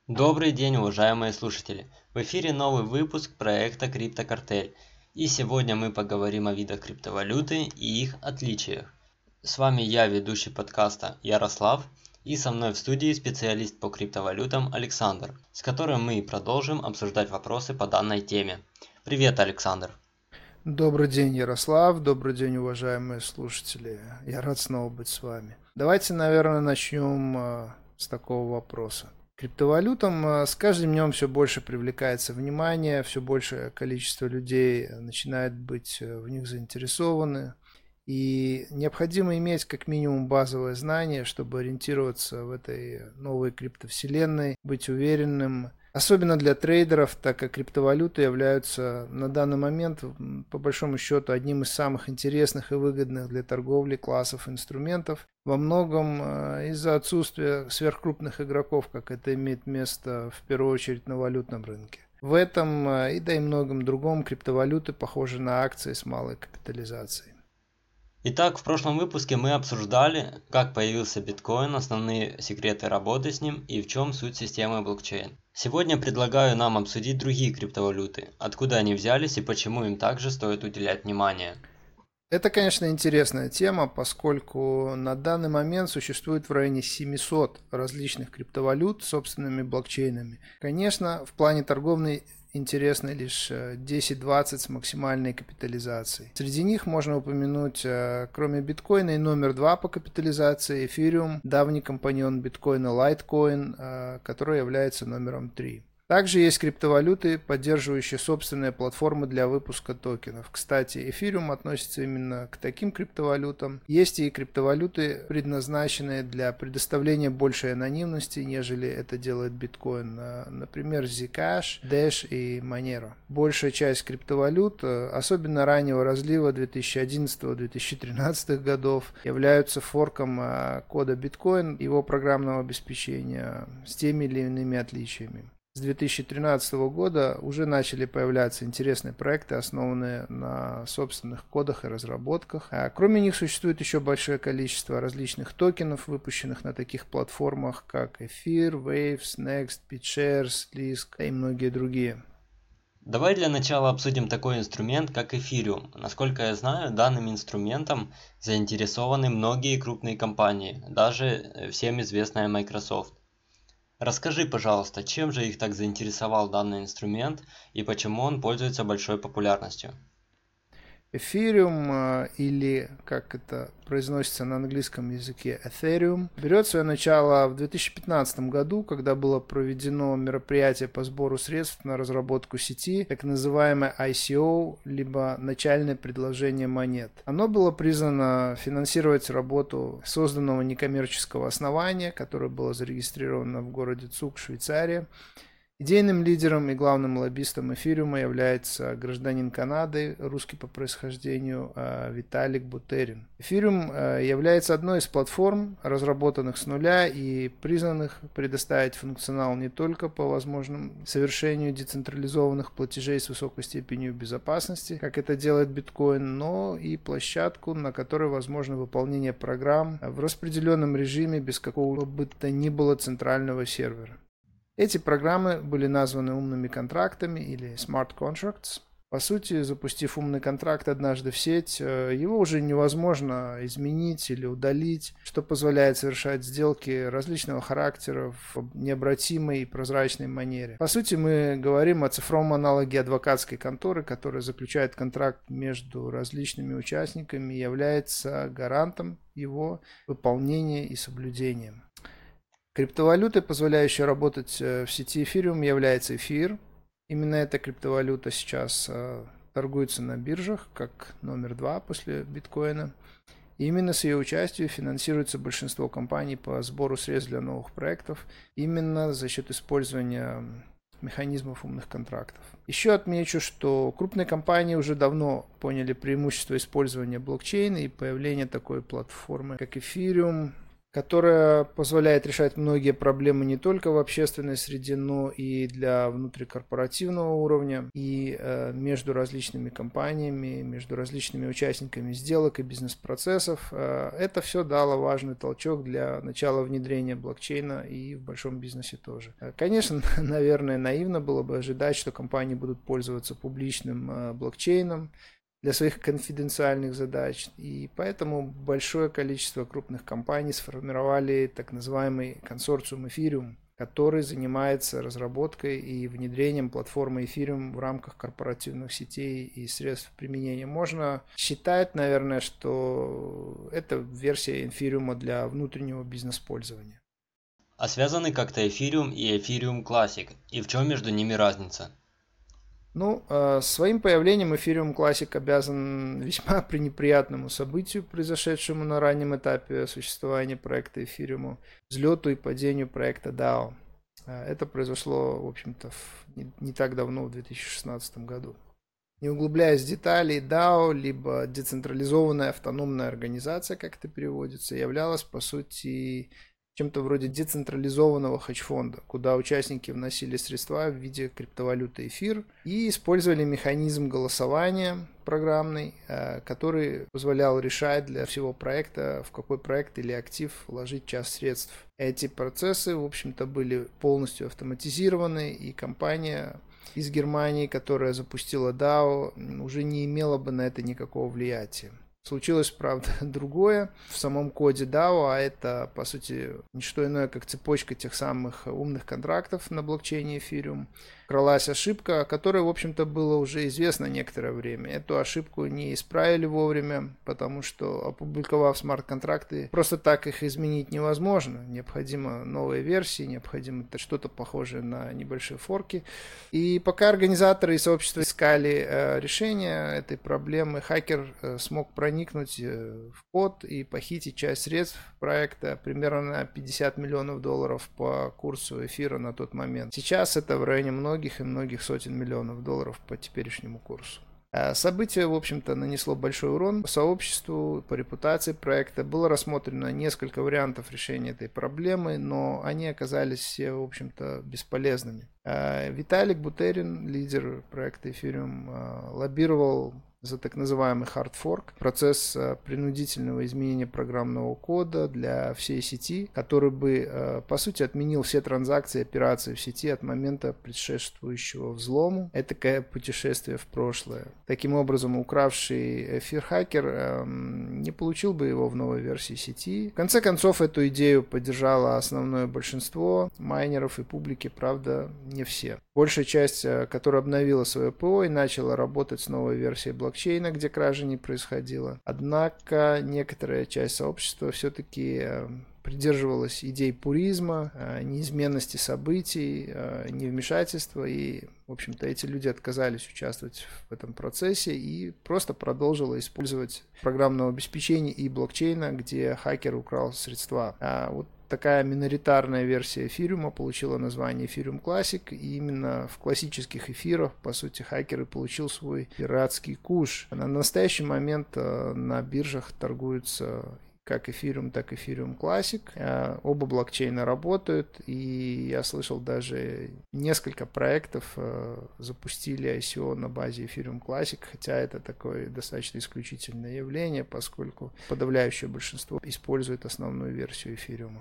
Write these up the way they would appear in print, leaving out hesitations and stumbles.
Добрый день, уважаемые слушатели! В эфире новый выпуск проекта «Криптокартель». И сегодня мы поговорим о видах криптовалюты и их отличиях. С вами я, ведущий подкаста Ярослав, и со мной в студии специалист по криптовалютам Александр, с которым мы и продолжим обсуждать вопросы по данной теме. Привет, Александр! Добрый день, Ярослав. Добрый день, уважаемые слушатели. Я рад снова быть с вами. Давайте, наверное, начнем с такого вопроса. Криптовалютам с каждым днем все больше привлекается внимание, все большее количество людей начинает быть в них заинтересованы. И необходимо иметь как минимум базовое знание, чтобы ориентироваться в этой новой криптовселенной, быть уверенным. Особенно для трейдеров, так как криптовалюты являются на данный момент, по большому счету, одним из самых интересных и выгодных для торговли классов инструментов. Во многом из-за отсутствия сверхкрупных игроков, как это имеет место в первую очередь на валютном рынке. В этом и да и многом другом криптовалюты похожи на акции с малой капитализацией. Итак, в прошлом выпуске мы обсуждали, как появился биткоин, основные секреты работы с ним и в чем суть системы блокчейн. Сегодня предлагаю нам обсудить другие криптовалюты, откуда они взялись и почему им также стоит уделять внимание. Это, конечно, интересная тема, поскольку на данный момент существует в районе 700 различных криптовалют с собственными блокчейнами. Конечно, в плане торговли интересны лишь 10-20 с максимальной капитализацией. Среди них можно упомянуть, кроме биткоина, и номер 2 по капитализации, эфириум, давний компаньон биткоина Litecoin, который является номером 3. Также есть криптовалюты, поддерживающие собственные платформы для выпуска токенов. Кстати, эфириум относится именно к таким криптовалютам. Есть и криптовалюты, предназначенные для предоставления большей анонимности, нежели это делает биткоин. Например, Zcash, Dash и Monero. Большая часть криптовалют, особенно раннего разлива 2011-2013 годов, являются форком кода биткоин, его программного обеспечения с теми или иными отличиями. С 2013 года уже начали появляться интересные проекты, основанные на собственных кодах и разработках. Кроме них существует еще большое количество различных токенов, выпущенных на таких платформах, как Эфир, Waves, Next, BitShares, Lisk и многие другие. Давай для начала обсудим такой инструмент, как эфириум. Насколько я знаю, данным инструментом заинтересованы многие крупные компании, даже всем известная Microsoft. Расскажи, пожалуйста, чем же их так заинтересовал данный инструмент и почему он пользуется большой популярностью? Эфириум, или как это произносится на английском языке Ethereum, берет свое начало в 2015 году, когда было проведено мероприятие по сбору средств на разработку сети, так называемое ICO, либо начальное предложение монет. Оно было призвано финансировать работу созданного некоммерческого основания, которое было зарегистрировано в городе Цуг, Швейцария. Идейным лидером и главным лоббистом эфириума является гражданин Канады, русский по происхождению, Виталик Бутерин. Эфириум является одной из платформ, разработанных с нуля и призванных предоставить функционал не только по возможному совершению децентрализованных платежей с высокой степенью безопасности, как это делает биткоин, но и площадку, на которой возможно выполнение программ в распределенном режиме без какого бы то ни было центрального сервера. Эти программы были названы умными контрактами или smart contracts. По сути, запустив умный контракт однажды в сеть, его уже невозможно изменить или удалить, что позволяет совершать сделки различного характера в необратимой и прозрачной манере. По сути, мы говорим о цифровом аналоге адвокатской конторы, которая заключает контракт между различными участниками и является гарантом его выполнения и соблюдения. Криптовалютой, позволяющей работать в сети эфириум, является эфир. Именно эта криптовалюта сейчас торгуется на биржах, как номер 2 после биткоина. И именно с ее участием финансируется большинство компаний по сбору средств для новых проектов, именно за счет использования механизмов умных контрактов. Еще отмечу, что крупные компании уже давно поняли преимущество использования блокчейна и появления такой платформы, как эфириум, которая позволяет решать многие проблемы не только в общественной среде, но и для внутрикорпоративного уровня, и между различными компаниями, между различными участниками сделок и бизнес-процессов. Это все дало важный толчок для начала внедрения блокчейна и в большом бизнесе тоже. Конечно, наверное, наивно было бы ожидать, что компании будут пользоваться публичным блокчейном для своих конфиденциальных задач. И поэтому большое количество крупных компаний сформировали так называемый консорциум Ethereum, который занимается разработкой и внедрением платформы Ethereum в рамках корпоративных сетей и средств применения. Можно считать, наверное, что это версия Ethereum для внутреннего бизнес-пользования. А связаны как-то Ethereum и Ethereum Classic? И в чем между ними разница? Своим появлением Ethereum Classic обязан весьма пренеприятному событию, произошедшему на раннем этапе существования проекта Ethereum, взлету и падению проекта DAO. Это произошло, в общем-то, не так давно, в 2016 году. Не углубляясь в детали, DAO, либо децентрализованная автономная организация, как это переводится, являлась, по сути, чем-то вроде децентрализованного хедж-фонда, куда участники вносили средства в виде криптовалюты эфир и использовали механизм голосования программный, который позволял решать для всего проекта, в какой проект или актив вложить часть средств. Эти процессы, в общем-то, были полностью автоматизированы, и компания из Германии, которая запустила DAO, уже не имела бы на это никакого влияния. Случилось, правда, другое в самом коде DAO, а это, по сути, не что иное, как цепочка тех самых умных контрактов на блокчейне Ethereum. Кралась ошибка, о которой, в общем-то, было уже известно некоторое время. Эту ошибку не исправили вовремя, потому что, опубликовав смарт-контракты, просто так их изменить невозможно. Необходимо новые версии, необходимо что-то похожее на небольшие форки. И пока организаторы и сообщество искали решение этой проблемы, хакер смог проникнуть в код и похитить часть средств проекта, примерно на $50 миллионов по курсу эфира на тот момент. Сейчас это в районе многих и многих сотен миллионов долларов по теперешнему курсу. Событие, в общем-то, нанесло большой урон сообществу, по репутации проекта. Было рассмотрено несколько вариантов решения этой проблемы, но они оказались все, в общем-то, бесполезными. Виталик Бутерин, лидер проекта Ethereum, лоббировал за так называемый hard fork, процесс принудительного изменения программного кода для всей сети, который бы, по сути, отменил все транзакции и операции в сети от момента предшествующего взлому. Это такое путешествие в прошлое. Таким образом, укравший эфир-хакер не получил бы его в новой версии сети. В конце концов, эту идею поддержало основное большинство майнеров и публики, правда, не все. Большая часть, которая обновила свое ПО и начала работать с новой версией блокчейна, где кражи не происходило. Однако некоторая часть сообщества все-таки придерживалась идей пуризма, неизменности событий, невмешательства, и, в общем-то, эти люди отказались участвовать в этом процессе и просто продолжила использовать программное обеспечение и блокчейна, где хакер украл средства. Вот такая миноритарная версия эфириума получила название Ethereum Classic, и именно в классических эфирах, по сути, хакер и получил свой пиратский куш. На настоящий момент на биржах торгуются как Ethereum, так и Ethereum Classic. Оба блокчейна работают, и я слышал, даже несколько проектов запустили ICO на базе Ethereum Classic, хотя это такое достаточно исключительное явление, поскольку подавляющее большинство использует основную версию Ethereum.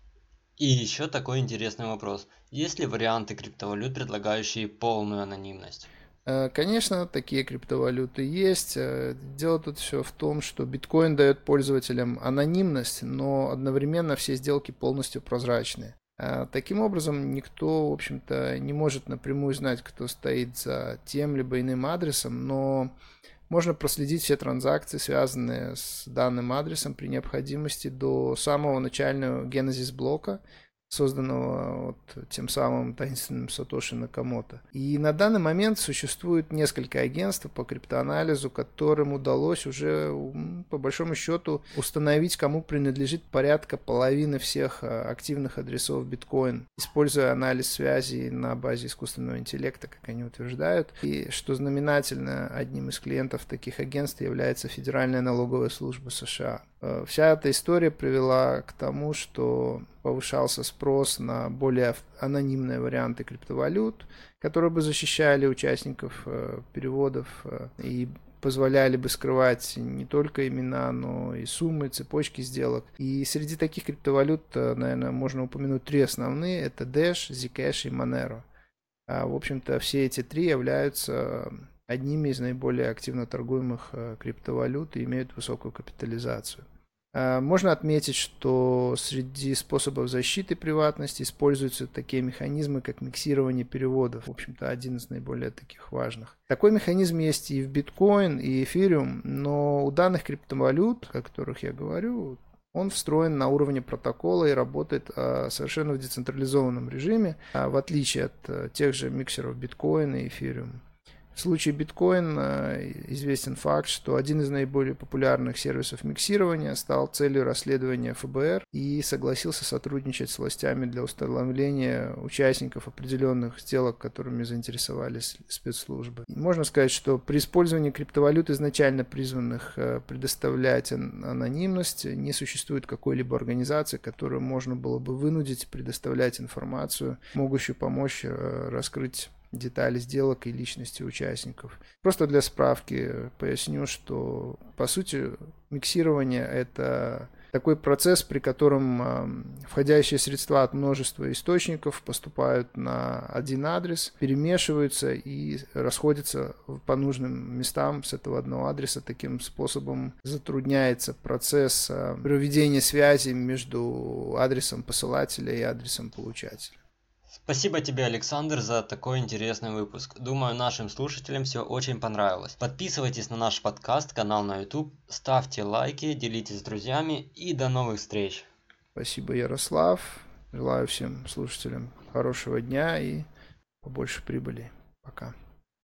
И еще такой интересный вопрос. Есть ли варианты криптовалют, предлагающие полную анонимность? Конечно, такие криптовалюты есть. Дело тут все в том, что биткоин дает пользователям анонимность, но одновременно все сделки полностью прозрачные. Таким образом, никто, в общем-то, не может напрямую знать, кто стоит за тем либо иным адресом, но можно проследить все транзакции, связанные с данным адресом, при необходимости до самого начального генезис блока, созданного тем самым таинственным Сатоши Накамото. И на данный момент существует несколько агентств по криптоанализу, которым удалось уже, по большому счету, установить, кому принадлежит порядка половины всех активных адресов биткоин, используя анализ связей на базе искусственного интеллекта, как они утверждают. И что знаменательно, одним из клиентов таких агентств является Федеральная налоговая служба США. Вся эта история привела к тому, что повышался спрос на более анонимные варианты криптовалют, которые бы защищали участников переводов и позволяли бы скрывать не только имена, но и суммы, цепочки сделок. И среди таких криптовалют, наверное, можно упомянуть три основные. Это Dash, Zcash и Monero. В общем-то, все эти три являются одними из наиболее активно торгуемых криптовалют и имеют высокую капитализацию. Можно отметить, что среди способов защиты приватности используются такие механизмы, как миксирование переводов. В общем-то, один из наиболее таких важных. Такой механизм есть и в биткоин, и эфириум, но у данных криптовалют, о которых я говорю, он встроен на уровне протокола и работает совершенно в децентрализованном режиме, в отличие от тех же миксеров биткоина и эфириум. В случае биткоин известен факт, что один из наиболее популярных сервисов миксирования стал целью расследования ФБР и согласился сотрудничать с властями для установления участников определенных сделок, которыми заинтересовались спецслужбы. И можно сказать, что при использовании криптовалют, изначально призванных предоставлять анонимность, не существует какой-либо организации, которую можно было бы вынудить предоставлять информацию, могущую помочь раскрыть детали сделок и личности участников. Просто для справки поясню, что по сути миксирование — это такой процесс, при котором входящие средства от множества источников поступают на один адрес, перемешиваются и расходятся по нужным местам с этого одного адреса. Таким способом затрудняется процесс проведения связи между адресом посылателя и адресом получателя. Спасибо тебе, Александр, за такой интересный выпуск. Думаю, нашим слушателям все очень понравилось. Подписывайтесь на наш подкаст, канал на YouTube, ставьте лайки, делитесь с друзьями и до новых встреч. Спасибо, Ярослав. Желаю всем слушателям хорошего дня и побольше прибыли. Пока.